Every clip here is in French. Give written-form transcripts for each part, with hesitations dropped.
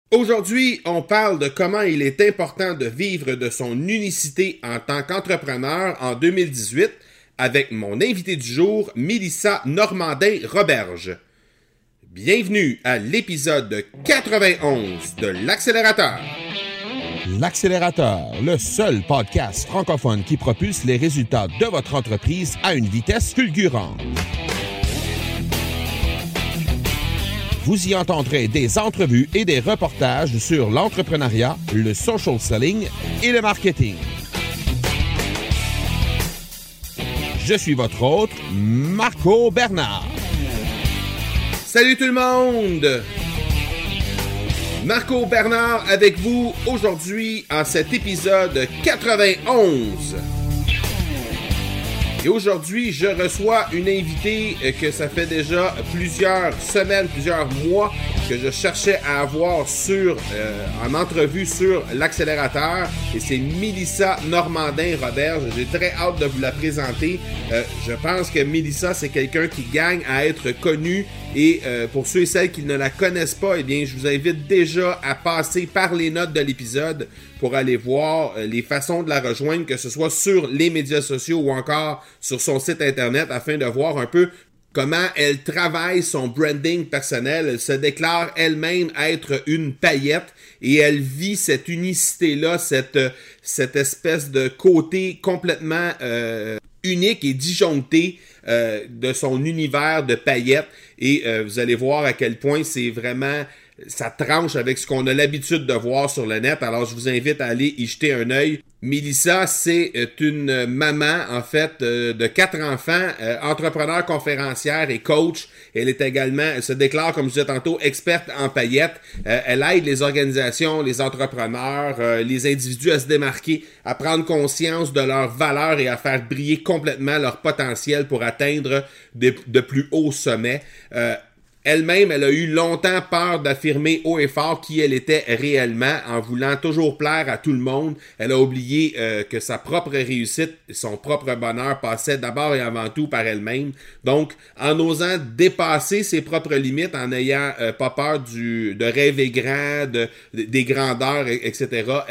Aujourd'hui, on parle de comment il est important de vivre de son unicité en tant qu'entrepreneur en 2018 avec mon invité du jour, Mélissa Normandin-Roberge. Bienvenue à l'épisode 91 de l'Accélérateur. L'Accélérateur, le seul podcast francophone qui propulse les résultats de votre entreprise à une vitesse fulgurante. Vous y entendrez des entrevues et des reportages sur l'entrepreneuriat, le social selling et le marketing. Je suis votre hôte, Marco Bernard. Salut tout le monde! Marco Bernard avec vous aujourd'hui en cet épisode 91. Et aujourd'hui, je reçois une invitée que ça fait déjà plusieurs semaines, plusieurs mois que je cherchais à avoir en entrevue sur l'Accélérateur. Et c'est Mélissa Normandin-Roberge. J'ai très hâte de vous la présenter. Je pense que Mélissa, c'est quelqu'un qui gagne à être connu. Et pour ceux et celles qui ne la connaissent pas, eh bien, je vous invite déjà à passer par les notes de l'épisode pour aller voir les façons de la rejoindre, que ce soit sur les médias sociaux ou encore sur son site internet, afin de voir un peu comment elle travaille son branding personnel. Elle se déclare elle-même être une paillette et elle vit cette unicité-là, cette espèce de côté complètement unique et disjoncté de son univers de paillettes. Et vous allez voir à quel point c'est vraiment... ça tranche avec ce qu'on a l'habitude de voir sur le net. Alors, je vous invite à aller y jeter un œil. Mélissa, c'est une maman, en fait, de 4 enfants, entrepreneur, conférencière et coach. Elle se déclare, comme je disais tantôt, experte en paillettes. Elle aide les organisations, les entrepreneurs, les individus à se démarquer, à prendre conscience de leurs valeurs et à faire briller complètement leur potentiel pour atteindre de plus hauts sommets. Elle-même, elle a eu longtemps peur d'affirmer haut et fort qui elle était réellement, en voulant toujours plaire à tout le monde. Elle a oublié que sa propre réussite, son propre bonheur passait d'abord et avant tout par elle-même. Donc, en osant dépasser ses propres limites, en n'ayant pas peur de rêver grand, des grandeurs, etc.,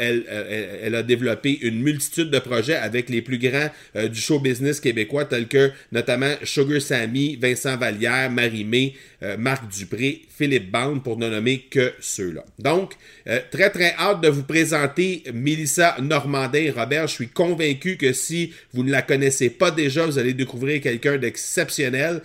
elle a développé une multitude de projets avec les plus grands du show business québécois, tels que notamment Sugar Sammy, Vincent Vallière, Marie-Mé, Marc Dupré, Philippe Bande, pour ne nommer que ceux-là. Donc, très très hâte de vous présenter Mélissa Normandin-Roberge. Je suis convaincu que si vous ne la connaissez pas déjà, vous allez découvrir quelqu'un d'exceptionnel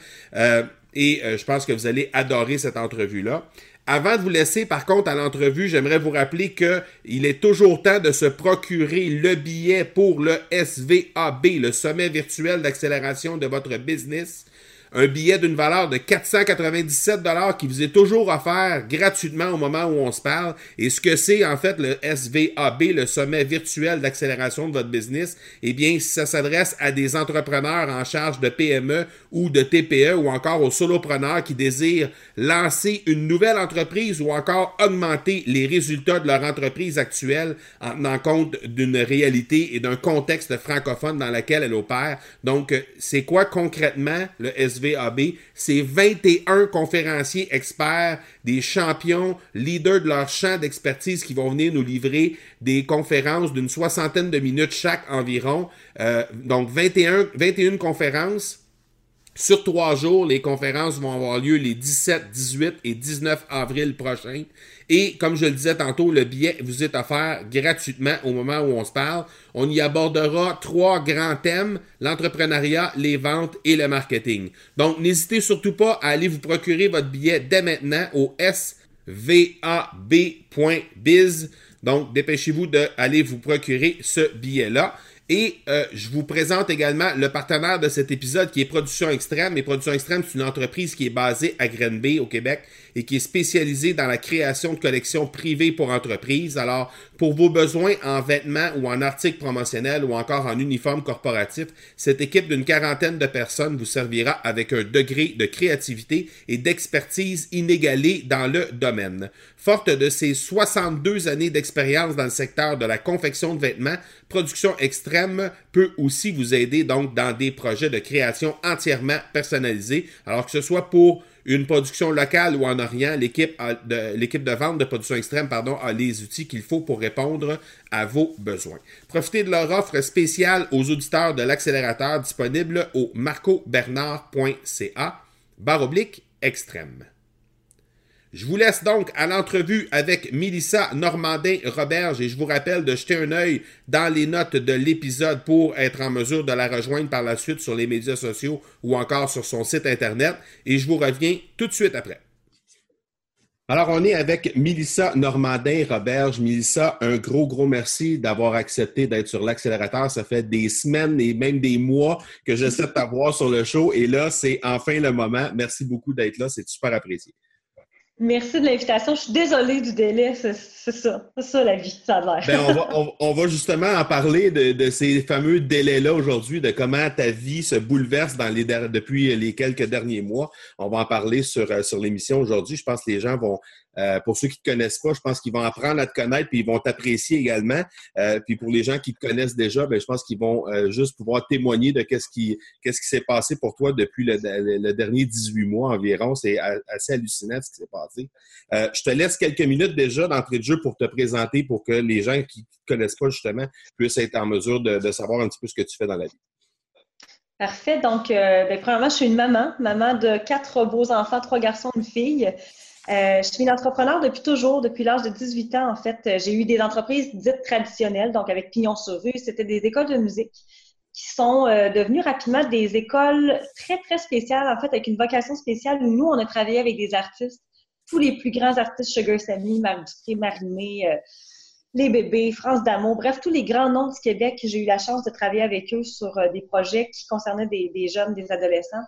et je pense que vous allez adorer cette entrevue-là. Avant de vous laisser, par contre, à l'entrevue, j'aimerais vous rappeler qu'il est toujours temps de se procurer le billet pour le SVAB, le sommet virtuel d'accélération de votre business. Un billet d'une valeur de 497$ qui vous est toujours offert gratuitement au moment où on se parle. Et ce que c'est en fait le SVAB, le sommet virtuel d'accélération de votre business, eh bien, ça s'adresse à des entrepreneurs en charge de PME ou de TPE ou encore aux solopreneurs qui désirent lancer une nouvelle entreprise ou encore augmenter les résultats de leur entreprise actuelle en tenant compte d'une réalité et d'un contexte francophone dans lequel elle opère. Donc, c'est quoi concrètement le SVAB? C'est 21 conférenciers experts, des champions, leaders de leur champ d'expertise qui vont venir nous livrer des conférences d'une 60aine de minutes chaque environ. Donc 21 conférences. Sur 3 jours, les conférences vont avoir lieu les 17, 18 et 19 avril prochains. Et comme je le disais tantôt, le billet vous est offert gratuitement au moment où on se parle. On y abordera 3 grands thèmes, l'entrepreneuriat, les ventes et le marketing. Donc, n'hésitez surtout pas à aller vous procurer votre billet dès maintenant au svab.biz. Donc, dépêchez-vous d'aller vous procurer ce billet-là. Et je vous présente également le partenaire de cet épisode qui est Production Extrême. Et Production Extrême, c'est une entreprise qui est basée à Granby, au Québec, et qui est spécialisée dans la création de collections privées pour entreprises. Alors, pour vos besoins en vêtements ou en articles promotionnels ou encore en uniformes corporatifs, cette équipe d'une 40aine de personnes vous servira avec un degré de créativité et d'expertise inégalé dans le domaine. Forte de ses 62 années d'expérience dans le secteur de la confection de vêtements, Production Extrême peut aussi vous aider donc dans des projets de création entièrement personnalisés, alors que ce soit pour une production locale ou en Orient, l'équipe de vente de production extrême a les outils qu'il faut pour répondre à vos besoins. Profitez de leur offre spéciale aux auditeurs de l'accélérateur disponible au marcobernard.ca/extrême. Je vous laisse donc à l'entrevue avec Mélissa Normandin-Roberge et je vous rappelle de jeter un œil dans les notes de l'épisode pour être en mesure de la rejoindre par la suite sur les médias sociaux ou encore sur son site internet et je vous reviens tout de suite après. Alors, on est avec Mélissa Normandin-Roberge. Mélissa, un gros merci d'avoir accepté d'être sur l'accélérateur. Ça fait des semaines et même des mois que j'essaie de t'avoir sur le show et là, c'est enfin le moment. Merci beaucoup d'être là, c'est super apprécié. Merci de l'invitation. Je suis désolée du délai. C'est ça la vie, ça a l'air. Ben, on va justement en parler de ces fameux délais-là aujourd'hui, de comment ta vie se bouleverse depuis les quelques derniers mois. On va en parler sur l'émission aujourd'hui. Je pense que les gens vont, pour ceux qui ne te connaissent pas, je pense qu'ils vont apprendre à te connaître puis ils vont t'apprécier également. Puis pour les gens qui te connaissent déjà, ben, je pense qu'ils vont juste pouvoir témoigner de qu'est-ce qui s'est passé pour toi depuis le dernier 18 mois environ. C'est assez hallucinant ce qui s'est passé. Je te laisse quelques minutes déjà d'entrée de jeu pour te présenter pour que les gens qui ne te connaissent pas justement puissent être en mesure de savoir un petit peu ce que tu fais dans la vie. Parfait. Donc, premièrement, je suis une maman de 4 beaux enfants, 3 garçons, une fille. Je suis une entrepreneur depuis toujours, depuis l'âge de 18 ans. En fait, j'ai eu des entreprises dites traditionnelles, donc avec pignon sur rue. C'était des écoles de musique qui sont devenues rapidement des écoles très, très spéciales, en fait, avec une vocation spéciale où nous, on a travaillé avec des artistes, tous les plus grands artistes, Sugar Sammy, Marie-Dupré, Marie-Mé, Les Bébés, France d'Amour, bref, tous les grands noms du Québec. J'ai eu la chance de travailler avec eux sur des projets qui concernaient des jeunes, des adolescents.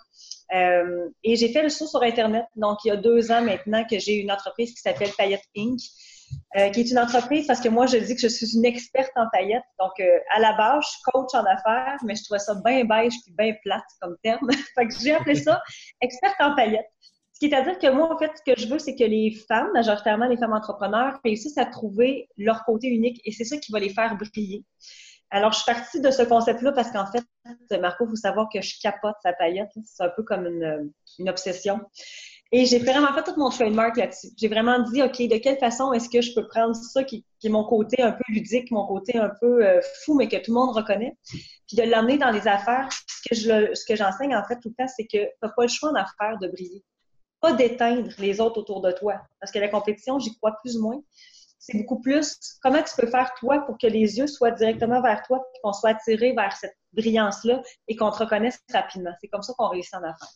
Et j'ai fait le saut sur Internet. Donc, il y a 2 ans maintenant que j'ai une entreprise qui s'appelle Paillettes Inc., qui est une entreprise parce que moi, je dis que je suis une experte en paillettes. Donc, à la base, je suis coach en affaires, mais je trouvais ça bien beige puis bien plate comme terme. Fait que j'ai appelé ça experte en paillettes. Ce qui est à dire que moi, en fait, ce que je veux, c'est que les femmes, majoritairement les femmes entrepreneurs, réussissent à trouver leur côté unique et c'est ça qui va les faire briller. Alors, je suis partie de ce concept-là parce qu'en fait, Marco, il faut savoir que je capote sa paillette. C'est un peu comme une obsession. Et j'ai vraiment fait tout mon trademark là-dessus. J'ai vraiment dit, OK, de quelle façon est-ce que je peux prendre ça qui est mon côté un peu ludique, mon côté un peu fou, mais que tout le monde reconnaît, puis de l'emmener dans les affaires. Ce que j'enseigne, en fait, tout le temps, c'est que tu n'as pas le choix en affaires de briller. Pas d'éteindre les autres autour de toi. Parce que la compétition, j'y crois plus ou moins. C'est beaucoup plus comment tu peux faire toi pour que les yeux soient directement vers toi et qu'on soit attiré vers cette brillance-là et qu'on te reconnaisse rapidement. C'est comme ça qu'on réussit en affaires.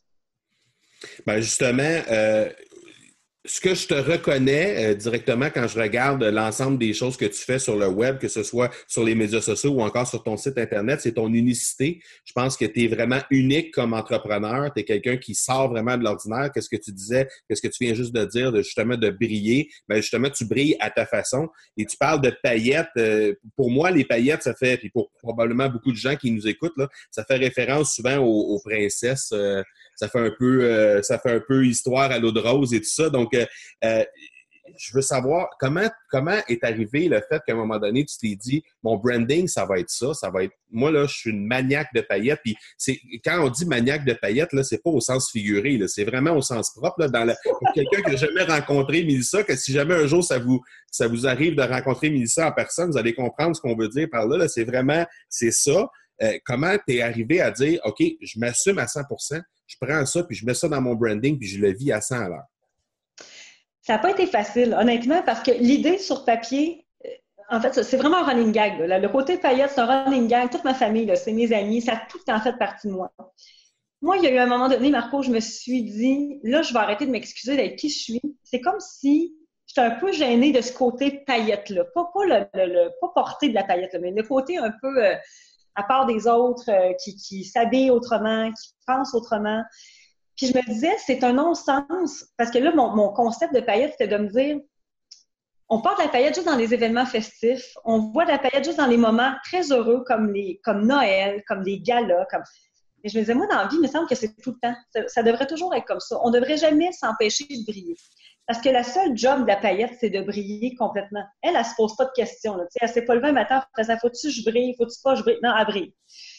Ben justement, ce que je te reconnais directement quand je regarde l'ensemble des choses que tu fais sur le web, que ce soit sur les médias sociaux ou encore sur ton site Internet, c'est ton unicité. Je pense que tu es vraiment unique comme entrepreneur. Tu es quelqu'un qui sort vraiment de l'ordinaire. Qu'est-ce que tu disais, qu'est-ce que tu viens juste de dire, justement de briller? Ben justement, tu brilles à ta façon. Et tu parles de paillettes. Pour moi, les paillettes, ça fait, puis pour probablement beaucoup de gens qui nous écoutent, là, ça fait référence souvent aux princesses. Ça fait un peu histoire à l'eau de rose et tout ça. Donc, je veux savoir comment est arrivé le fait qu'à un moment donné, tu t'es dit, mon branding, ça va être ça. Ça va être, moi, là, je suis une maniaque de paillettes. Puis, quand on dit maniaque de paillettes, là, c'est pas au sens figuré, là. C'est vraiment au sens propre, là, pour quelqu'un qui n'a jamais rencontré Mélissa, que si jamais un jour ça vous arrive de rencontrer Mélissa en personne, vous allez comprendre ce qu'on veut dire par là. Là. C'est ça. Comment tu es arrivé à dire, OK, je m'assume à 100%, je prends ça, puis je mets ça dans mon branding, puis je le vis à 100 à l'heure? Ça n'a pas été facile, honnêtement, parce que l'idée sur papier, en fait, c'est vraiment un running gag. Là. Le côté paillettes, c'est un running gag. Toute ma famille, là, c'est mes amis, ça a tout en fait partie de moi. Moi, il y a eu un moment donné, Marco, je me suis dit, là, je vais arrêter de m'excuser d'être qui je suis. C'est comme si j'étais un peu gênée de ce côté paillette-là. Pas porter de la paillette, là, mais le côté un peu à part des autres, qui s'habillent autrement, qui pensent autrement. Puis je me disais, c'est un non-sens, parce que là, mon concept de paillette, c'était de me dire, on porte de la paillette juste dans les événements festifs, on voit de la paillette juste dans les moments très heureux, comme Noël, comme les galas, Et je me disais, moi, dans la vie, il me semble que c'est tout le temps. Ça devrait toujours être comme ça. On ne devrait jamais s'empêcher de briller. Parce que la seule job de la paillette, c'est de briller complètement. Elle ne se pose pas de questions. Là. Elle ne s'est pas levée un matin, après ça, faut-tu que je brille, faut-tu pas que je brille? Non, elle brille.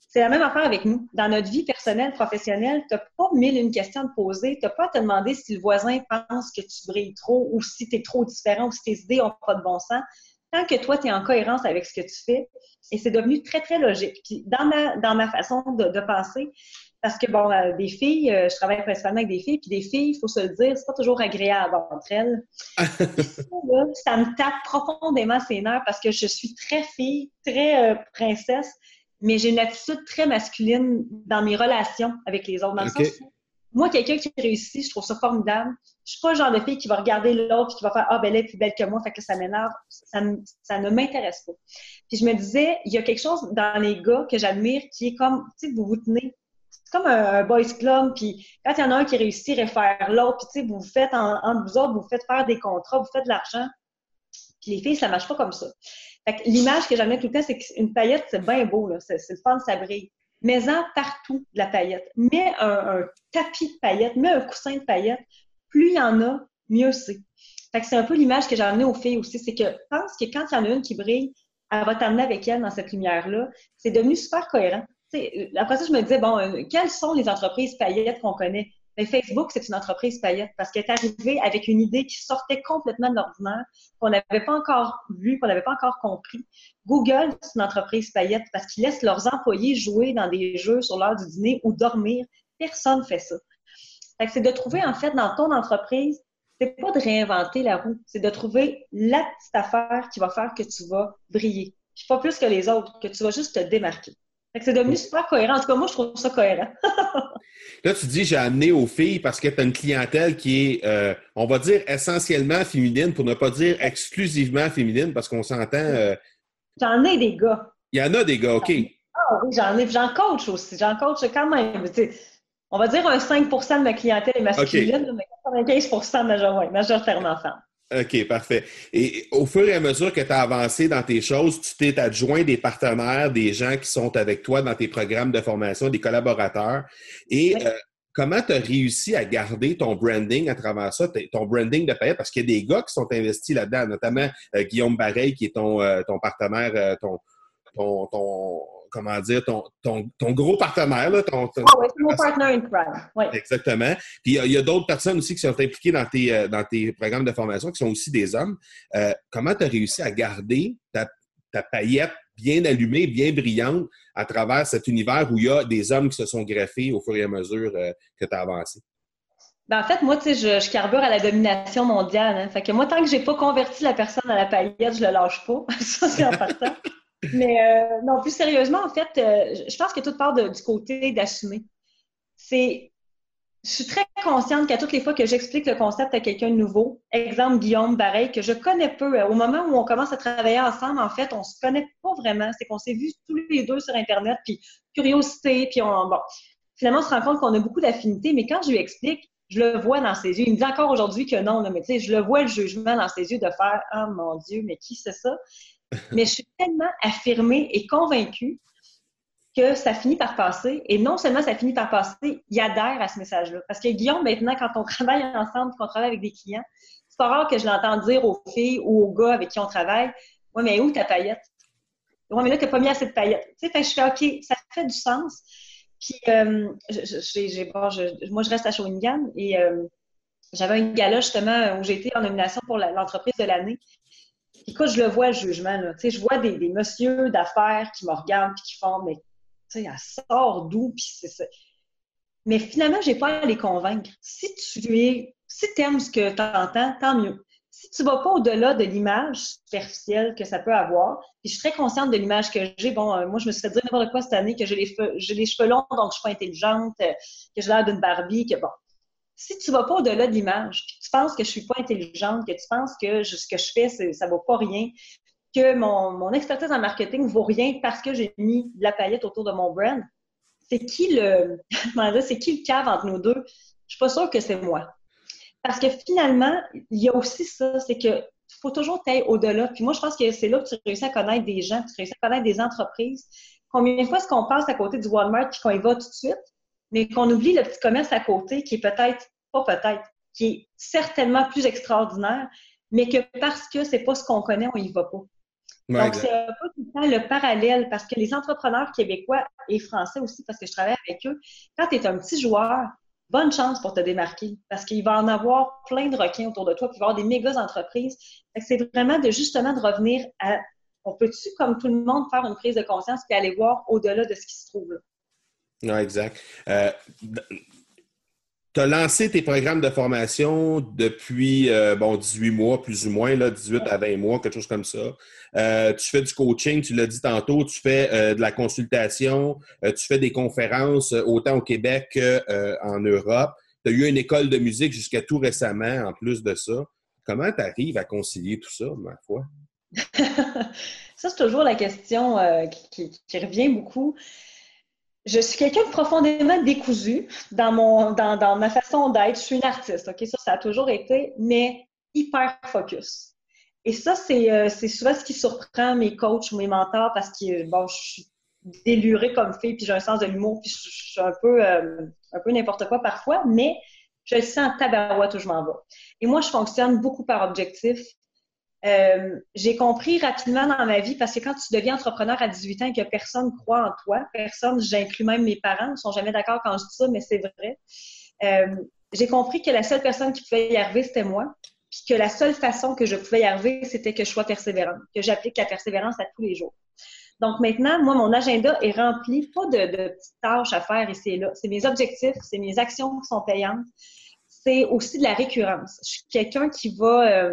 C'est la même affaire avec nous. Dans notre vie personnelle, professionnelle, tu n'as pas mille une questions à te poser. Tu n'as pas à te demander si le voisin pense que tu brilles trop ou si tu es trop différent ou si tes idées n'ont pas de bon sens. Tant que toi, tu es en cohérence avec ce que tu fais, et c'est devenu très, très logique. Puis dans ma façon de penser, parce que, bon, des filles, je travaille principalement avec des filles, puis des filles, il faut se le dire, c'est pas toujours agréable entre elles. Puis ça, là, ça me tape profondément ses nerfs parce que je suis très fille, très princesse, mais j'ai une attitude très masculine dans mes relations avec les autres. Dans le sens où, moi, quelqu'un qui réussit, je trouve ça formidable. Je suis pas le genre de fille qui va regarder l'autre et qui va faire « Ah, ben elle est plus belle que moi, fait que ça m'énerve. » Ça ne m'intéresse pas. Puis je me disais, il y a quelque chose dans les gars que j'admire qui est comme, tu sais, vous vous tenez. C'est comme un boys club, puis quand il y en a un qui réussit, réfère l'autre, puis tu sais, vous faites, entre vous autres, vous faites faire des contrats, vous faites de l'argent. Puis les filles, ça marche pas comme ça. Fait que l'image que j'amène tout le temps, c'est qu'une paillette, c'est bien beau, là. C'est le fun, ça brille. Mets-en partout de la paillette. Mets un tapis de paillettes, mets un coussin de paillettes. Plus il y en a, mieux c'est. Fait que c'est un peu l'image que j'ai amenée aux filles aussi. C'est que je pense que quand il y en a une qui brille, elle va t'amener avec elle dans cette lumière-là. C'est devenu super cohérent. T'sais, après ça, je me disais, bon, quelles sont les entreprises paillettes qu'on connaît? Ben, Facebook, c'est une entreprise paillette parce qu'elle est arrivée avec une idée qui sortait complètement de l'ordinaire, qu'on n'avait pas encore vu, qu'on n'avait pas encore compris. Google, c'est une entreprise paillette parce qu'ils laissent leurs employés jouer dans des jeux sur l'heure du dîner ou dormir. Personne ne fait ça. Fait que c'est de trouver, en fait, dans ton entreprise, c'est pas de réinventer la roue, c'est de trouver la petite affaire qui va faire que tu vas briller. Puis pas plus que les autres, que tu vas juste te démarquer. Fait que c'est devenu super cohérent. En tout cas, moi, je trouve ça cohérent. Là, tu dis, j'ai amené aux filles parce que tu as une clientèle qui est, on va dire, essentiellement féminine, pour ne pas dire exclusivement féminine, parce qu'on s'entend... J'en ai des gars. Il y en a des gars, OK. Ah oui, j'en coach aussi. J'en coach quand même. On va dire un 5 de ma clientèle est masculine, okay. Mais 95 majoritairement femmes. OK, parfait. Et au fur et à mesure que tu as avancé dans tes choses, tu t'es adjoint des partenaires, des gens qui sont avec toi dans tes programmes de formation, des collaborateurs. Et oui. Comment tu as réussi à garder ton branding à travers ça, ton branding de paillettes? Parce qu'il y a des gars qui sont investis là-dedans, notamment Guillaume Bareil, qui est ton partenaire, comment dire, ton gros partenaire. Là, c'est mon partner in crime. Oui. Exactement. Puis il y a d'autres personnes aussi qui sont impliquées dans tes programmes de formation qui sont aussi des hommes. Comment tu as réussi à garder ta paillette bien allumée, bien brillante à travers cet univers où il y a des hommes qui se sont greffés au fur et à mesure que tu as avancé? Ben en fait, moi, tu sais, je carbure à la domination mondiale. Hein. Fait que moi, tant que j'ai pas converti la personne à la paillette, je le lâche pas. Ça, c'est en partant. Mais non, plus sérieusement, en fait, je pense que tout part du côté d'assumer. Je suis très consciente qu'à toutes les fois que j'explique le concept à quelqu'un de nouveau, exemple Guillaume Bareil, que je connais peu, au moment où on commence à travailler ensemble, en fait, on se connaît pas vraiment. C'est qu'on s'est vus tous les deux sur Internet, puis curiosité, puis finalement, on se rend compte qu'on a beaucoup d'affinités, mais quand je lui explique, je le vois dans ses yeux. Il me dit encore aujourd'hui que non, là, mais tu sais, je le vois le jugement dans ses yeux de faire « Ah, mon Dieu, mais qui c'est ça? » Mais je suis tellement affirmée et convaincue que ça finit par passer. Et non seulement ça finit par passer, il adhère à ce message-là. Parce que Guillaume, maintenant, quand on travaille ensemble, qu'on travaille avec des clients, c'est pas rare que je l'entends dire aux filles ou aux gars avec qui on travaille « Ouais, mais où ta paillette? » « Ouais, mais là, t'as pas mis assez de paillettes. » Tu sais, je fais « OK, ça fait du sens. » Puis, moi, je reste à Shawinigan et j'avais un gala, justement, où j'ai été en nomination pour l'entreprise de l'année. Écoute, je le vois, le jugement, là. Tu sais, je vois des messieurs d'affaires qui me regardent et qui font « Mais, tu sais, elle sort d'où? » Puis c'est ça. Mais finalement, j'ai pas à les convaincre. Si t'aimes ce que tu entends, tant mieux. Si tu vas pas au-delà de l'image superficielle que ça peut avoir, puis je suis très consciente de l'image que j'ai. Bon, moi, je me suis fait dire n'importe quoi cette année, que j'ai les cheveux longs, donc je suis pas intelligente, que j'ai l'air d'une Barbie, que bon. Si tu vas pas au-delà de l'image, puis tu penses que je suis pas intelligente, que tu penses que ce que je fais, ça vaut pas rien, que mon expertise en marketing vaut rien parce que j'ai mis de la paillette autour de mon brand, c'est qui le cave entre nous deux? Je suis pas sûre que c'est moi. Parce que finalement, il y a aussi ça, c'est que faut toujours t'aller au-delà. Puis moi, je pense que c'est là que tu réussis à connaître des gens, tu réussis à connaître des entreprises. Combien de fois est-ce qu'on passe à côté du Walmart puis qu'on y va tout de suite, mais qu'on oublie le petit commerce à côté qui est qui est certainement plus extraordinaire, mais que parce que c'est pas ce qu'on connaît, on y va pas. Ouais, donc, exact. C'est un peu tout temps le parallèle parce que les entrepreneurs québécois et français aussi, parce que je travaille avec eux, quand tu es un petit joueur, bonne chance pour te démarquer parce qu'il va en avoir plein de requins autour de toi, puis il va y avoir des méga entreprises. C'est vraiment justement de revenir à on peut-tu, comme tout le monde, faire une prise de conscience et aller voir au-delà de ce qui se trouve là? Non, exact. Tu as lancé tes programmes de formation depuis 18 mois, plus ou moins, là, 18 à 20 mois, quelque chose comme ça. Tu fais du coaching, tu l'as dit tantôt, tu fais de la consultation, tu fais des conférences autant au Québec qu'en Europe. Tu as eu une école de musique jusqu'à tout récemment, en plus de ça. Comment tu arrives à concilier tout ça, ma foi? Ça, c'est toujours la question qui revient beaucoup. Je suis quelqu'un de profondément décousu dans ma façon d'être. Je suis une artiste, OK? Ça a toujours été, mais hyper focus. Et ça, c'est souvent ce qui surprend mes coachs ou mes mentors parce que, bon, je suis délurée comme fille, puis j'ai un sens de l'humour, puis je suis un peu n'importe quoi parfois, mais je le sens en tabarouette où je m'en vais. Et moi, je fonctionne beaucoup par objectif. J'ai compris rapidement dans ma vie, parce que quand tu deviens entrepreneur à 18 ans et que personne croit en toi, personne, j'inclus même mes parents, ne sont jamais d'accord quand je dis ça, mais c'est vrai. J'ai compris que la seule personne qui pouvait y arriver, c'était moi, puis que la seule façon que je pouvais y arriver, c'était que je sois persévérante, que j'applique la persévérance à tous les jours. Donc maintenant, moi, mon agenda est rempli, pas de petites tâches à faire ici et là. C'est mes objectifs, c'est mes actions qui sont payantes. C'est aussi de la récurrence. Je suis quelqu'un qui va...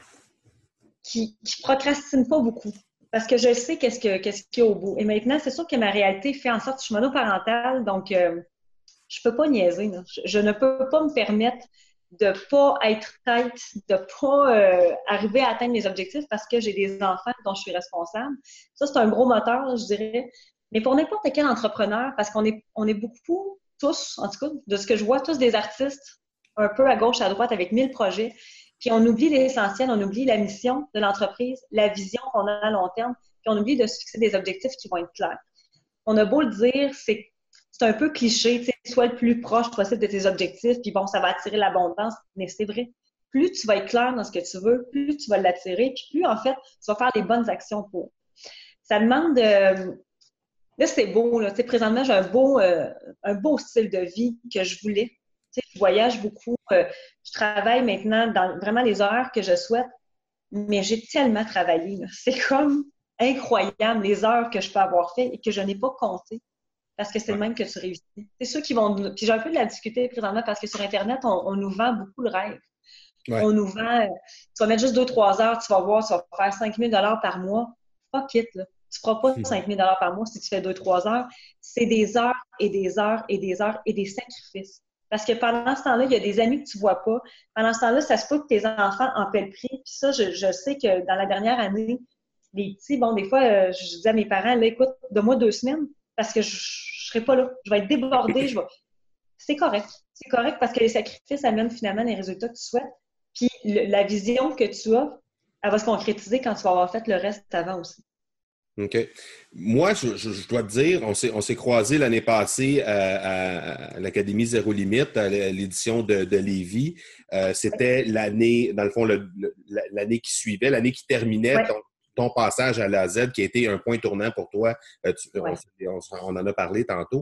qui procrastine pas beaucoup. Parce que je sais qu'est-ce qu'il y a au bout. Et maintenant, c'est sûr que ma réalité fait en sorte que je suis monoparentale, donc je peux pas niaiser. Là. Je ne peux pas me permettre de pas être tête, de pas arriver à atteindre mes objectifs parce que j'ai des enfants dont je suis responsable. Ça, c'est un gros moteur, là, je dirais. Mais pour n'importe quel entrepreneur, parce qu'on est beaucoup, tous, en tout cas, de ce que je vois, tous des artistes, un peu à gauche, à droite, avec 1000 projets. Puis on oublie l'essentiel, on oublie la mission de l'entreprise, la vision qu'on a à long terme, puis on oublie de se fixer des objectifs qui vont être clairs. On a beau le dire, c'est un peu cliché, tu sais, sois le plus proche possible de tes objectifs, puis bon, ça va attirer l'abondance, mais c'est vrai. Plus tu vas être clair dans ce que tu veux, plus tu vas l'attirer, puis plus, en fait, tu vas faire les bonnes actions pour. Ça demande de... Là, c'est beau, là. Tu sais, présentement, j'ai un beau style de vie que je voulais. Tu sais, je voyage beaucoup. Je travaille maintenant dans vraiment les horaires que je souhaite, mais j'ai tellement travaillé. Là. C'est comme incroyable les heures que je peux avoir fait et que je n'ai pas compté parce que c'est le même que tu réussis. C'est ceux qui vont... Puis j'ai un peu de la difficulté présentement parce que sur Internet, on nous vend beaucoup le rêve. Ouais. On nous vend... Tu vas mettre juste 2-3 heures, tu vas voir, tu vas faire 5 000 $ par mois. Fuck it, là. Tu ne feras pas 5 000 $ par mois si tu fais 2-3 heures. C'est des heures et des heures et des heures et des sacrifices. Parce que pendant ce temps-là, il y a des amis que tu ne vois pas. Pendant ce temps-là, ça se peut que tes enfants en paient le prix. Puis ça, je sais que dans la dernière année, les petits, bon, des fois, je dis à mes parents, là, écoute, donne-moi 2 semaines parce que je ne serai pas là. Je vais être débordée. C'est correct. C'est correct parce que les sacrifices amènent finalement les résultats que tu souhaites. Puis la vision que tu as, elle va se concrétiser quand tu vas avoir fait le reste avant aussi. OK. Moi, je dois te dire, on s'est croisés l'année passée à l'Académie Zéro Limite, à l'édition de Lévis. C'était l'année, dans le fond, l'année qui suivait, l'année qui terminait ton passage à l'AZ, qui a été un point tournant pour toi. On en a parlé tantôt.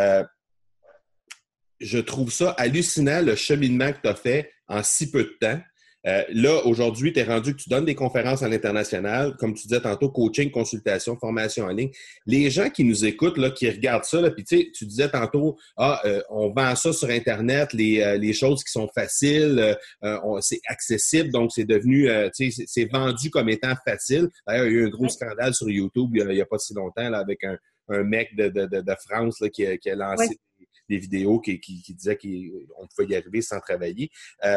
Je trouve ça hallucinant, le cheminement que tu as fait en si peu de temps. Là, aujourd'hui, tu es rendu que tu donnes des conférences à l'international, comme tu disais tantôt, coaching, consultation, formation en ligne. Les gens qui nous écoutent, là, qui regardent ça, puis tu disais tantôt, on vend ça sur Internet, les choses qui sont faciles, c'est accessible, donc c'est devenu, c'est vendu comme étant facile. D'ailleurs, il y a eu un gros scandale sur YouTube il n'y a pas si longtemps là, avec un mec de France là, qui a lancé des vidéos qui disaient qu'on pouvait y arriver sans travailler.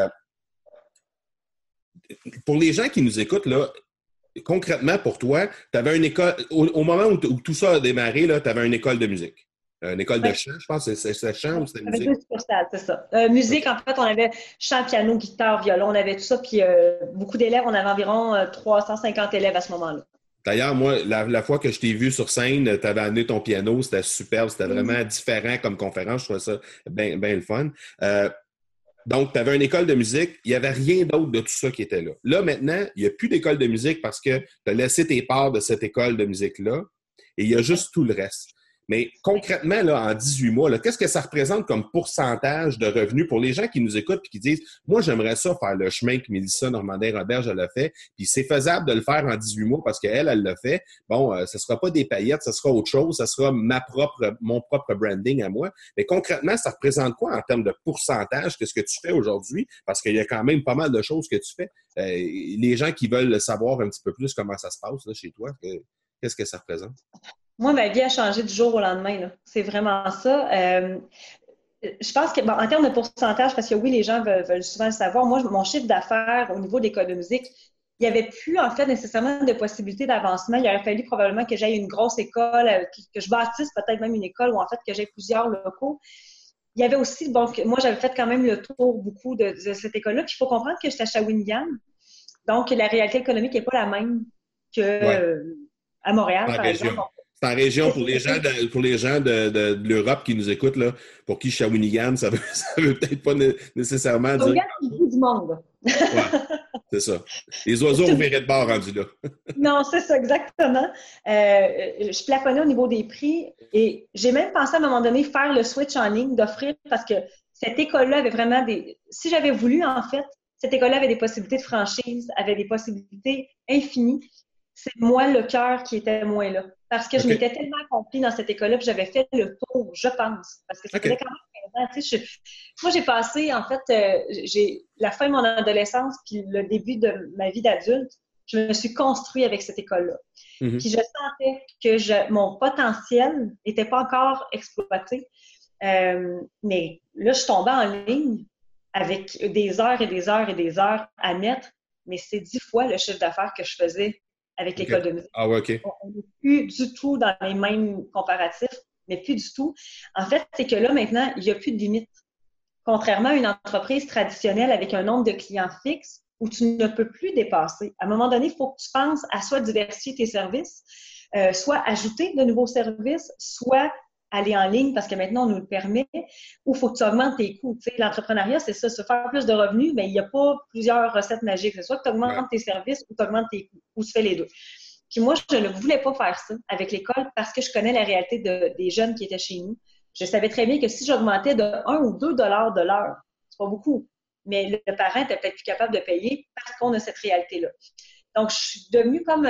Pour les gens qui nous écoutent, là, concrètement pour toi, tu avais une école, au moment où tout ça a démarré, tu avais une école de musique. Une école de chant, je pense, c'est chant ou c'était musique? C'est ça. Musique, en fait, on avait chant, piano, guitare, violon, on avait tout ça, puis beaucoup d'élèves, on avait environ 350 élèves à ce moment-là. D'ailleurs, moi, la fois que je t'ai vu sur scène, tu avais amené ton piano, c'était superbe, c'était vraiment différent comme conférence, je trouvais ça bien le fun. Donc, tu avais une école de musique, il n'y avait rien d'autre de tout ça qui était là. Là, maintenant, il n'y a plus d'école de musique parce que tu as laissé tes parts de cette école de musique-là et il y a juste tout le reste. Mais concrètement, là, en 18 mois, là, qu'est-ce que ça représente comme pourcentage de revenus pour les gens qui nous écoutent et qui disent « Moi, j'aimerais ça faire le chemin que Mélissa Normandin-Robert, je l'ai fait, puis c'est faisable de le faire en 18 mois parce qu'elle, elle l'a fait. Bon, ce ne sera pas des paillettes, ce sera autre chose, ce sera mon propre branding à moi. » Mais concrètement, ça représente quoi en termes de pourcentage que ce que tu fais aujourd'hui? Parce qu'il y a quand même pas mal de choses que tu fais. Les gens qui veulent savoir un petit peu plus comment ça se passe là, chez toi, qu'est-ce que ça représente? Moi, ma vie a changé du jour au lendemain, là. C'est vraiment ça. Je pense que, bon, en termes de pourcentage, parce que oui, les gens veulent souvent le savoir, moi, mon chiffre d'affaires au niveau de l'école de musique, il n'y avait plus, en fait, nécessairement de possibilité d'avancement. Il aurait fallu probablement que j'aille une grosse école, que je bâtisse peut-être même une école ou en fait que j'aie plusieurs locaux. Il y avait aussi, bon, moi, j'avais fait quand même le tour beaucoup de cette école-là. Puis il faut comprendre que j'étais à Shawinigan. Donc, la réalité économique n'est pas la même que à Montréal, par exemple. C'est en région pour les gens de l'Europe qui nous écoutent, là, pour qui Shawinigan, ça veut peut-être pas nécessairement dire. Shawinigan, c'est le bout du monde. Ouais, c'est ça. Les oiseaux ont viré de bord rendus là. Non, c'est ça, exactement. Je plafonnais au niveau des prix et j'ai même pensé à un moment donné faire le switch en ligne, d'offrir, parce que cette école-là avait vraiment des... Si j'avais voulu, en fait, cette école-là avait des possibilités de franchise, avait des possibilités infinies. C'est moi le cœur qui était moins là. Parce que je m'étais tellement accomplie dans cette école-là, puis j'avais fait le tour, je pense. Parce que ça faisait quand même 15 ans. Tu sais, moi, j'ai passé, en fait, j'ai la fin de mon adolescence puis le début de ma vie d'adulte, je me suis construite avec cette école-là. Mm-hmm. Puis je sentais que mon potentiel n'était pas encore exploité. Mais là, je tombais en ligne avec des heures et des heures et des heures à mettre, mais c'est 10 fois le chiffre d'affaires que je faisais avec l'école de musique. Ah ouais, OK. On n'est plus du tout dans les mêmes comparatifs, mais plus du tout. En fait, c'est que là, maintenant, il n'y a plus de limite. Contrairement à une entreprise traditionnelle avec un nombre de clients fixe où tu ne peux plus dépasser. À un moment donné, il faut que tu penses à soit diversifier tes services, soit ajouter de nouveaux services, soit aller en ligne parce que maintenant, on nous le permet, ou il faut que tu augmentes tes coûts. Tu sais, l'entrepreneuriat, c'est ça, se faire plus de revenus, mais il n'y a pas plusieurs recettes magiques. C'est soit que tu augmentes tes services ou tu augmentes tes coûts, ou tu fais les deux. Puis moi, je ne voulais pas faire ça avec l'école parce que je connais la réalité des jeunes qui étaient chez nous. Je savais très bien que si j'augmentais de 1 ou 2 $ de l'heure, c'est pas beaucoup, mais le parent était peut-être plus capable de payer parce qu'on a cette réalité-là. Donc, je suis devenue comme...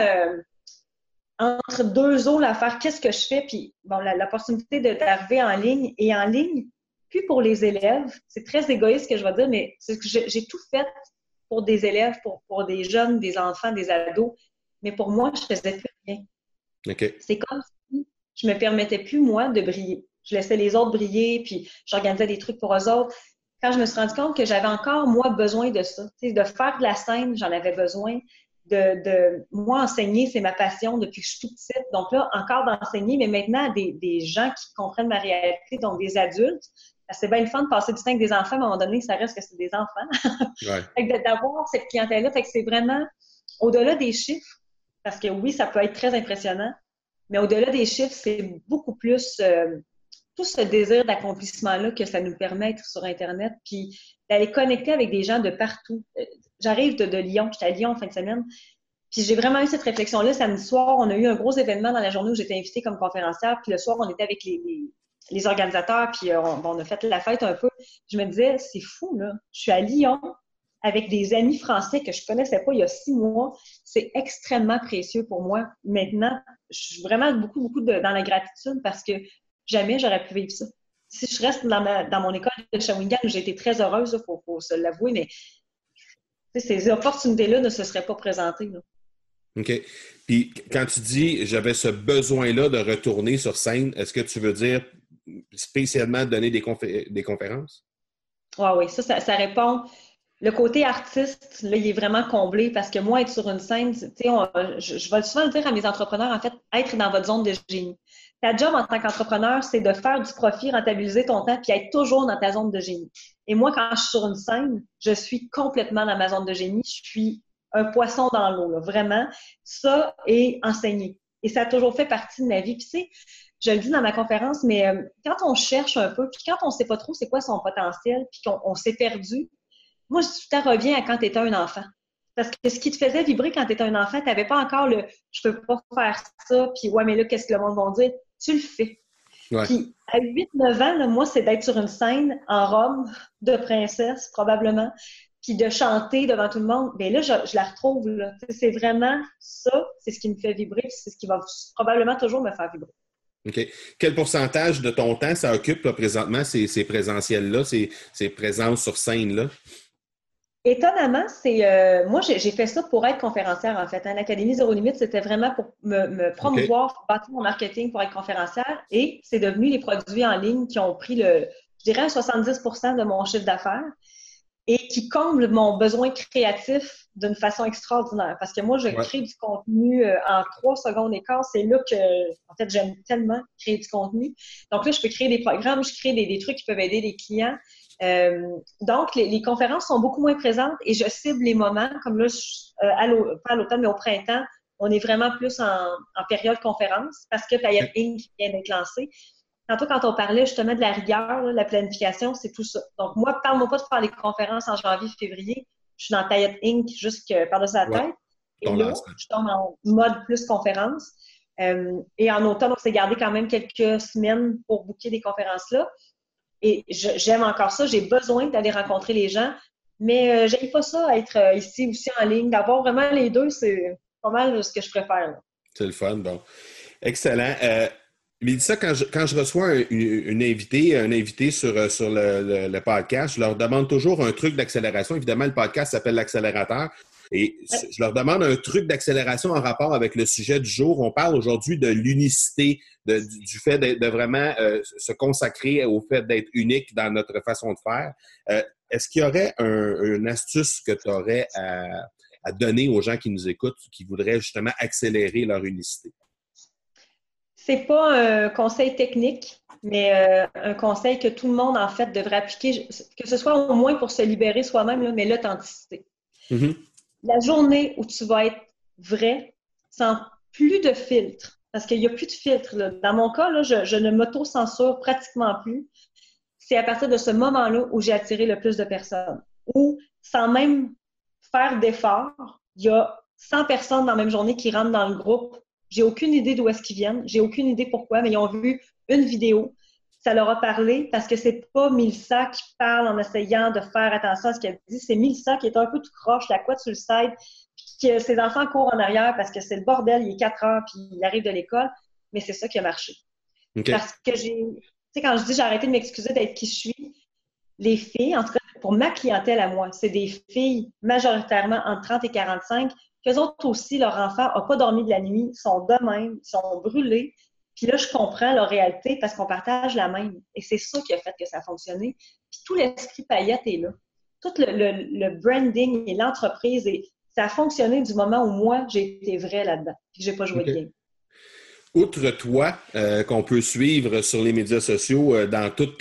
entre deux eaux, à faire qu'est-ce que je fais, puis bon, l'opportunité d'arriver en ligne, et en ligne, puis pour les élèves, c'est très égoïste ce que je vais dire, mais c'est que j'ai tout fait pour des élèves, pour des jeunes, des enfants, des ados, mais pour moi, je faisais plus rien. Okay. C'est comme si je me permettais plus, moi, de briller. Je laissais les autres briller, puis j'organisais des trucs pour eux autres. Quand je me suis rendu compte que j'avais encore, moi, besoin de ça, de faire de la scène, j'en avais besoin. Moi, enseigner, c'est ma passion depuis que je suis toute petite. Donc là, encore d'enseigner, mais maintenant à des gens qui comprennent ma réalité, donc des adultes. C'est bien le fun de passer du temps avec des enfants, mais à un moment donné, ça reste que c'est des enfants. Ouais. Fait que d'avoir cette clientèle-là, fait que c'est vraiment au-delà des chiffres, parce que oui, ça peut être très impressionnant, mais au-delà des chiffres, c'est beaucoup plus tout ce désir d'accomplissement-là que ça nous permet d'être sur Internet, puis d'aller connecter avec des gens de partout. J'arrive de Lyon, j'étais à Lyon en fin de semaine, puis j'ai vraiment eu cette réflexion-là. Samedi soir, on a eu un gros événement dans la journée où j'étais invitée comme conférencière, puis le soir, on était avec les organisateurs, puis on a fait la fête un peu. Je me disais, c'est fou, là. Je suis à Lyon avec des amis français que je connaissais pas il y a 6 mois. C'est extrêmement précieux pour moi. Maintenant, je suis vraiment beaucoup dans la gratitude parce que jamais j'aurais pu vivre ça. Si je reste dans mon école de Shawinigan, où j'ai été très heureuse, il faut se l'avouer, mais ces opportunités-là ne se seraient pas présentées. Là. OK. Puis quand tu dis « j'avais ce besoin-là de retourner sur scène », est-ce que tu veux dire spécialement donner des conférences? Oui, ça répond. Le côté artiste, là, il est vraiment comblé parce que moi, être sur une scène, je vais souvent le dire à mes entrepreneurs, en fait, être dans votre zone de génie. Ta job en tant qu'entrepreneur, c'est de faire du profit, rentabiliser ton temps, puis être toujours dans ta zone de génie. Et moi, quand je suis sur une scène, je suis complètement dans ma zone de génie. Je suis un poisson dans l'eau, là, vraiment. Ça et enseigner. Et ça a toujours fait partie de ma vie. Puis, tu sais, je le dis dans ma conférence, mais quand on cherche un peu, puis quand on sait pas trop c'est quoi son potentiel, puis qu'on s'est perdu, moi, je dis tout le temps, reviens à quand tu étais un enfant. Parce que ce qui te faisait vibrer quand tu étais un enfant, tu n'avais pas encore le « je peux pas faire ça », puis « ouais, mais là, qu'est-ce que le monde va dire ?» Tu le fais. Ouais. Puis à 8-9 ans, là, moi, c'est d'être sur une scène en robe de princesse, probablement, puis de chanter devant tout le monde. Bien là, je la retrouve. Là. C'est vraiment ça, c'est ce qui me fait vibrer, c'est ce qui va probablement toujours me faire vibrer. OK. Quel pourcentage de ton temps ça occupe là, présentement, ces présentiels-là, ces présences sur scène-là? Étonnamment, moi, j'ai fait ça pour être conférencière, en fait. L'Académie Zéro Limite, c'était vraiment pour me promouvoir, pour bâtir mon marketing pour être conférencière. Et c'est devenu les produits en ligne qui ont pris je dirais, 70% de mon chiffre d'affaires et qui comblent mon besoin créatif d'une façon extraordinaire. Parce que moi, je crée du contenu en 3 secondes et quart. C'est là que, en fait, j'aime tellement créer du contenu. Donc là, je peux créer des programmes, je crée des trucs qui peuvent aider les clients. Donc, les conférences sont beaucoup moins présentes et je cible les moments, comme là, pas à l'automne, mais au printemps, on est vraiment plus en période conférence parce que Payette Inc. vient d'être lancée. Tantôt, quand on parlait justement de la rigueur, là, la planification, c'est tout ça. Donc, moi, parle-moi pas de faire des conférences en janvier, février. Je suis dans Payette Inc. jusque par-dessus la tête. Et là, je tombe en mode plus conférence. Et en automne, on s'est gardé quand même quelques semaines pour booker des conférences-là. Et j'aime encore ça. J'ai besoin d'aller rencontrer les gens. Mais j'aime pas ça, être ici aussi en ligne. D'avoir vraiment les deux, c'est pas mal ce que je préfère. Là. C'est le fun, bon. Excellent. Mélissa, quand je reçois un invité sur le podcast, je leur demande toujours un truc d'accélération. Évidemment, le podcast s'appelle l'accélérateur. Et je leur demande un truc d'accélération en rapport avec le sujet du jour. On parle aujourd'hui de l'unicité, du fait de vraiment se consacrer au fait d'être unique dans notre façon de faire. Est-ce qu'il y aurait une astuce que tu aurais à donner aux gens qui nous écoutent, qui voudraient justement accélérer leur unicité? C'est pas un conseil technique, mais un conseil que tout le monde, en fait, devrait appliquer, que ce soit au moins pour se libérer soi-même, là, mais l'authenticité. Mm-hmm. La journée où tu vas être vrai, sans plus de filtre, parce qu'il n'y a plus de filtre. Là. Dans mon cas, là, je ne m'auto-censure pratiquement plus. C'est à partir de ce moment-là où j'ai attiré le plus de personnes. Ou, sans même faire d'efforts, il y a 100 personnes dans la même journée qui rentrent dans le groupe. J'ai aucune idée d'où est-ce qu'ils viennent. J'ai aucune idée pourquoi, mais ils ont vu une vidéo. Ça leur a parlé parce que c'est pas Mélissa qui parle en essayant de faire attention à ce qu'elle dit. C'est Mélissa qui est un peu tout croche, la couette sur le side, puis que ses enfants courent en arrière parce que c'est le bordel, il est 4 heures, puis il arrive de l'école. Mais c'est ça qui a marché. Okay. Parce que tu sais, quand je dis j'ai arrêté de m'excuser d'être qui je suis, les filles, en tout cas pour ma clientèle à moi, c'est des filles majoritairement entre 30 et 45, qu'eux autres aussi, leur enfant n'a pas dormi de la nuit, sont de même, sont brûlés. Puis là, je comprends leur réalité parce qu'on partage la même. Et c'est ça qui a fait que ça a fonctionné. Puis tout l'esprit paillette est là. Tout le branding et l'entreprise, ça a fonctionné du moment où moi, j'ai été vraie là-dedans. Puis que j'ai pas joué de game. Outre toi, qu'on peut suivre sur les médias sociaux dans toute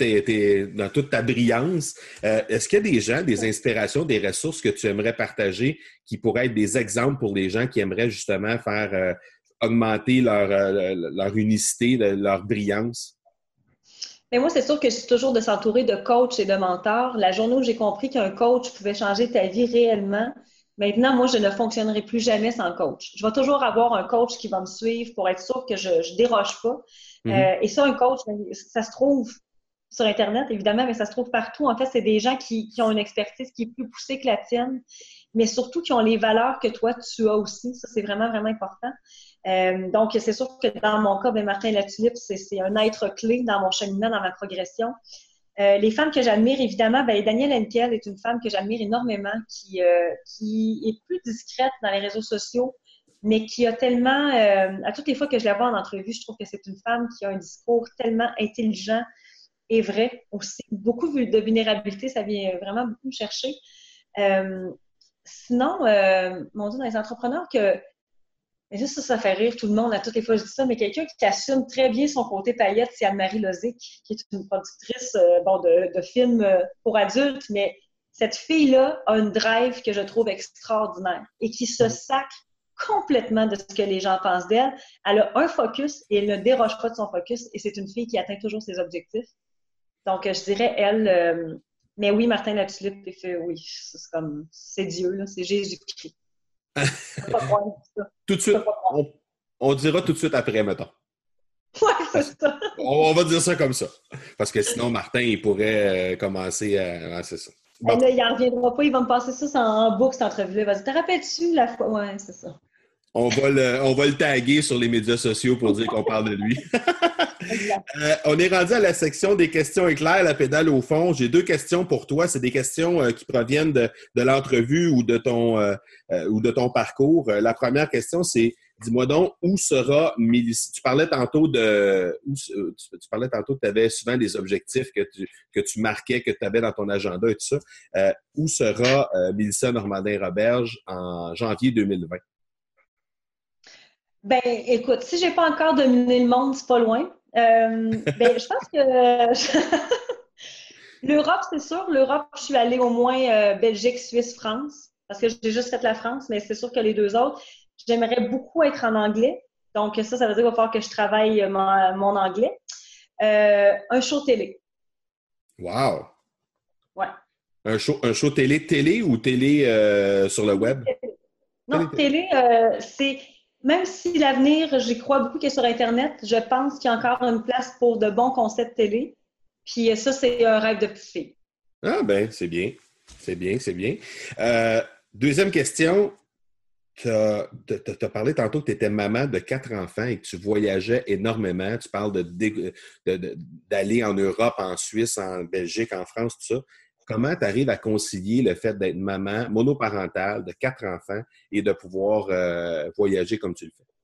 ta brillance, est-ce qu'il y a des gens, des inspirations, des ressources que tu aimerais partager qui pourraient être des exemples pour les gens qui aimeraient justement faire augmenter leur unicité, leur brillance? Mais moi, c'est sûr que c'est toujours de s'entourer de coachs et de mentors. La journée où j'ai compris qu'un coach pouvait changer ta vie réellement, maintenant, moi, je ne fonctionnerai plus jamais sans coach. Je vais toujours avoir un coach qui va me suivre pour être sûr que je ne déroge pas. Mm-hmm. Et ça, un coach, ça se trouve sur Internet, évidemment, mais ça se trouve partout. En fait, c'est des gens qui ont une expertise qui est plus poussée que la tienne, mais surtout qui ont les valeurs que toi, tu as aussi. Ça, c'est vraiment, vraiment important. Donc, c'est sûr que dans mon cas, Martin Latulippe, c'est un être clé dans mon cheminement, dans ma progression. Les femmes que j'admire, évidemment, Danielle Henkel est une femme que j'admire énormément, qui est plus discrète dans les réseaux sociaux, mais qui a tellement, à toutes les fois que je la vois en entrevue, je trouve que c'est une femme qui a un discours tellement intelligent et vrai aussi. Beaucoup de vulnérabilité, ça vient vraiment beaucoup me chercher. Sinon, mon Dieu, dans les entrepreneurs mais juste ça fait rire tout le monde à toutes les fois que je dis ça, mais quelqu'un qui assume très bien son côté paillette, c'est Anne-Marie Lozic, qui est une productrice de films pour adultes, mais cette fille-là a une drive que je trouve extraordinaire et qui se sacre complètement de ce que les gens pensent d'elle. Elle a un focus et elle ne déroge pas de son focus et c'est une fille qui atteint toujours ses objectifs. Donc, je dirais elle. Mais oui, Martin Latulippe, oui, c'est Dieu, là, c'est Jésus-Christ. Pas croire ça. Tout de suite, on dira tout de suite après, mettons. Ouais, c'est ça. On va dire ça comme ça. Parce que sinon, Martin, il pourrait commencer à... c'est ça. Bon. Là, il n'en reviendra pas, il va me passer ça en boucle, cette entrevue-là. Il va dire, te rappelles-tu la fois? Ouais, c'est ça. On va le taguer sur les médias sociaux pour dire qu'on parle de lui. On est rendu à la section des questions éclairs, la pédale au fond. J'ai 2 questions pour toi. C'est des questions qui proviennent de l'entrevue ou de ton parcours. La première question, c'est dis-moi donc, où sera Mélissa? Tu parlais tantôt que tu avais souvent des objectifs que tu marquais, que tu avais dans ton agenda et tout ça. Où sera Mélissa Normandin-Roberge en janvier 2020? Ben, écoute, si j'ai pas encore dominé le monde, c'est pas loin. Je pense que l'Europe, c'est sûr. L'Europe, je suis allée au moins Belgique, Suisse, France, parce que j'ai juste fait la France, mais c'est sûr que les 2 autres, j'aimerais beaucoup être en anglais. Donc, ça veut dire qu'il va falloir que je travaille mon anglais. Un show télé. Wow! Ouais. Un show télé ou télé sur le web? Non, télé, c'est... Même si l'avenir, j'y crois beaucoup qu'il est sur Internet, je pense qu'il y a encore une place pour de bons concepts télé. Puis ça, c'est un rêve de petite fille. Ah ben, c'est bien. C'est bien, c'est bien. Deuxième question. Tu as parlé tantôt que tu étais maman de 4 enfants et que tu voyageais énormément. Tu parles d'aller en Europe, en Suisse, en Belgique, en France, tout ça. Comment tu arrives à concilier le fait d'être maman monoparentale de 4 enfants et de pouvoir voyager comme tu le fais?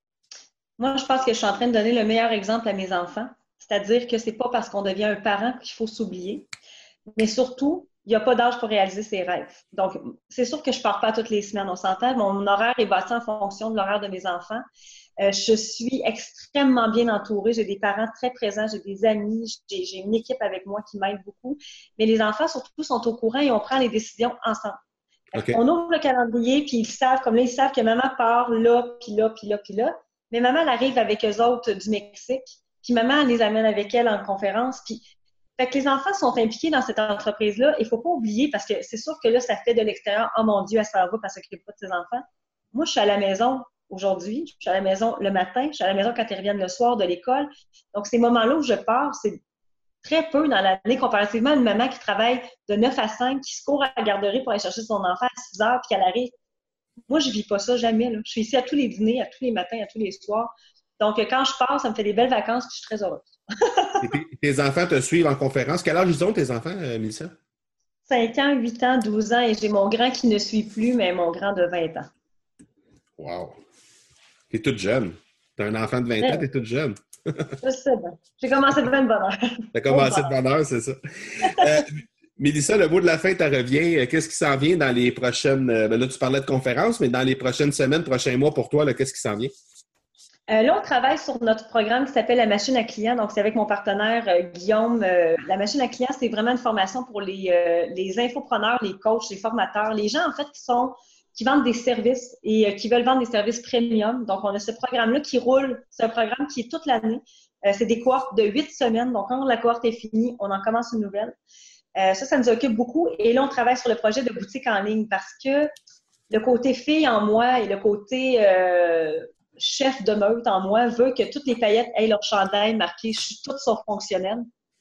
Moi, je pense que je suis en train de donner le meilleur exemple à mes enfants. C'est-à-dire que c'est pas parce qu'on devient un parent qu'il faut s'oublier. Mais surtout, il n'y a pas d'âge pour réaliser ses rêves. Donc, c'est sûr que je ne pars pas toutes les semaines, on s'entend. Mon horaire est bâti en fonction de l'horaire de mes enfants. Je suis extrêmement bien entourée. J'ai des parents très présents, j'ai des amis, j'ai une équipe avec moi qui m'aide beaucoup. Mais les enfants, surtout, sont au courant et on prend les décisions ensemble. Okay. On ouvre le calendrier, puis ils savent, comme là, ils savent que maman part là, puis là, puis là, puis là. Mais maman, elle arrive avec eux autres du Mexique, puis maman, elle les amène avec elle en conférence, puis fait que les enfants sont impliqués dans cette entreprise-là. Il ne faut pas oublier, parce que c'est sûr que là, ça fait de l'extérieur, oh mon Dieu, elle s'en va parce qu'elle ne s'occupe pas de ses enfants. Moi, je suis à la maison aujourd'hui, je suis à la maison le matin, je suis à la maison quand ils reviennent le soir de l'école. Donc, ces moments-là où je pars, c'est très peu dans l'année comparativement à une maman qui travaille de 9 à 5, qui se court à la garderie pour aller chercher son enfant à 6 heures, puis qu'elle arrive. Moi, je ne vis pas ça jamais. Là. Je suis ici à tous les dîners, à tous les matins, à tous les soirs. Donc, quand je pars, ça me fait des belles vacances, puis je suis très heureuse. Tes enfants te suivent en conférence. Quel âge ils ont, tes enfants, Mélissa? 5 ans, 8 ans, 12 ans, et j'ai mon grand qui ne suit plus, mais mon grand de 20 ans. Wow! T'es toute jeune. T'as un enfant de 20 ans, t'es toute jeune. Je sais bien. J'ai commencé de bonne heure. T'as commencé de bonne heure, c'est ça. Mélissa, le mot de la fin te revient. Qu'est-ce qui s'en vient dans les prochaines... là, tu parlais de conférences, mais dans les prochaines semaines, prochains mois pour toi, là, qu'est-ce qui s'en vient? Là, on travaille sur notre programme qui s'appelle la machine à clients. Donc, c'est avec mon partenaire Guillaume. La machine à clients, c'est vraiment une formation pour les infopreneurs, les coachs, les formateurs, les gens, en fait, qui vendent des services et qui veulent vendre des services premium. Donc, on a ce programme-là qui roule. C'est un programme qui est toute l'année. C'est des cohortes de 8 semaines. Donc, quand la cohorte est finie, on en commence une nouvelle. Ça nous occupe beaucoup. Et là, on travaille sur le projet de boutique en ligne parce que le côté fille en moi et le côté chef de meute en moi veut que toutes les paillettes aient leur chandail marqué « Je suis toute sauf fonctionnelle ».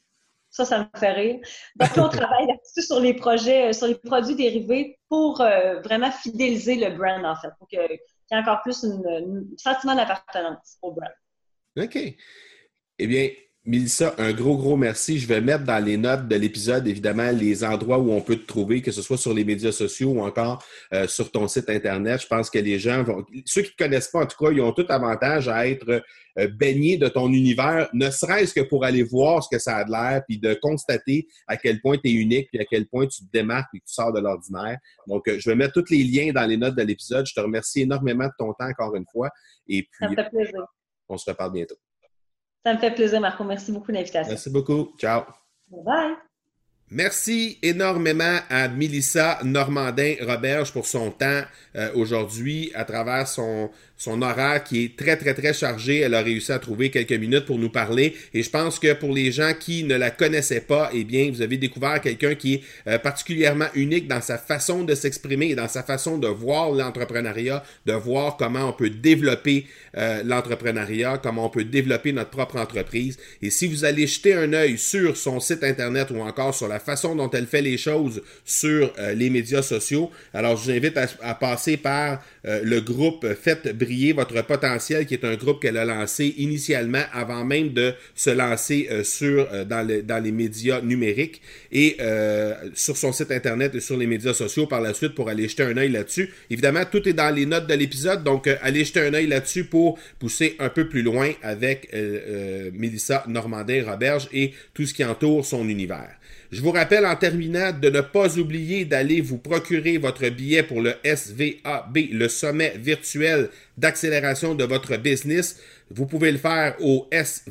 Ça me fait rire. Donc là, on travaille là-dessus sur les projets, sur les produits dérivés pour vraiment fidéliser le brand, en fait, pour qu'il y ait encore plus un sentiment d'appartenance au brand. OK. Eh bien, Mélissa, un gros merci. Je vais mettre dans les notes de l'épisode, évidemment, les endroits où on peut te trouver, que ce soit sur les médias sociaux ou encore sur ton site Internet. Je pense que les gens ceux qui ne te connaissent pas, en tout cas, ils ont tout avantage à être baignés de ton univers, ne serait-ce que pour aller voir ce que ça a de l'air, puis de constater à quel point tu es unique, puis à quel point tu te démarques et que tu sors de l'ordinaire. Donc, je vais mettre tous les liens dans les notes de l'épisode. Je te remercie énormément de ton temps encore une fois. Et puis, ça me fait plaisir. On se reparle bientôt. Ça me fait plaisir, Marco. Merci beaucoup de l'invitation. Merci beaucoup. Ciao. Bye. Merci énormément à Mélissa Normandin-Roberge pour son temps aujourd'hui à travers son horaire qui est très, très, très chargé. Elle a réussi à trouver quelques minutes pour nous parler et je pense que pour les gens qui ne la connaissaient pas, eh bien, vous avez découvert quelqu'un qui est particulièrement unique dans sa façon de s'exprimer et dans sa façon de voir l'entrepreneuriat, de voir comment on peut développer l'entrepreneuriat, comment on peut développer notre propre entreprise. Et si vous allez jeter un œil sur son site internet ou encore sur la façon dont elle fait les choses sur les médias sociaux, alors je vous invite à passer par le groupe Faites briller votre potentiel, qui est un groupe qu'elle a lancé initialement avant même de se lancer dans les médias numériques et sur son site internet et sur les médias sociaux par la suite pour aller jeter un œil là-dessus. Évidemment, tout est dans les notes de l'épisode, donc allez jeter un œil là-dessus pour pousser un peu plus loin avec Mélissa Normandin-Roberge et tout ce qui entoure son univers. Je vous rappelle en terminant de ne pas oublier d'aller vous procurer votre billet pour le SVAB, le sommet virtuel d'accélération de votre business. Vous pouvez le faire au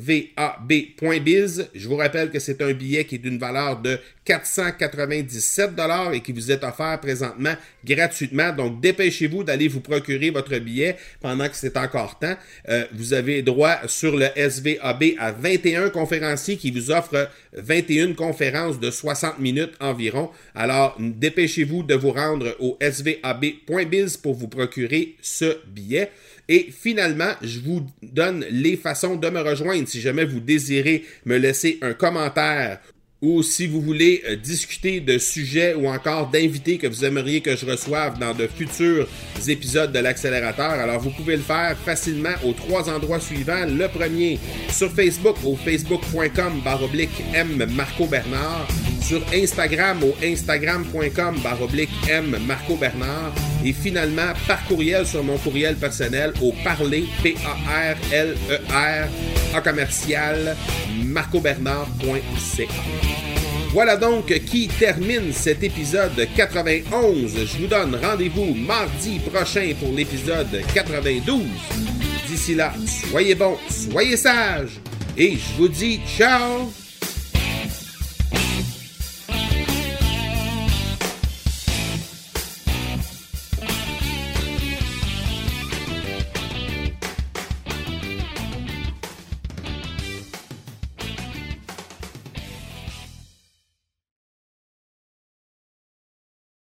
svab.biz. Je vous rappelle que c'est un billet qui est d'une valeur de 497 $ et qui vous est offert présentement gratuitement. Donc, dépêchez-vous d'aller vous procurer votre billet pendant que c'est encore temps. Vous avez droit sur le SVAB à 21 conférenciers qui vous offrent 21 conférences de 60 minutes environ. Alors, dépêchez-vous de vous rendre au svab.biz pour vous procurer ce billet. Et finalement, je vous donne les façons de me rejoindre si jamais vous désirez me laisser un commentaire ou si vous voulez discuter de sujets ou encore d'invités que vous aimeriez que je reçoive dans de futurs épisodes de l'accélérateur. Alors, vous pouvez le faire facilement aux 3 endroits suivants. Le premier, sur Facebook, au facebook.com/M Marco Bernard. Sur Instagram, au instagram.com/M Marco Bernard. Et finalement, par courriel sur mon courriel personnel au parler, PARLER, marcobernard.ca. Voilà donc qui termine cet épisode 91. Je vous donne rendez-vous mardi prochain pour l'épisode 92. D'ici là, soyez bons, soyez sages et je vous dis ciao!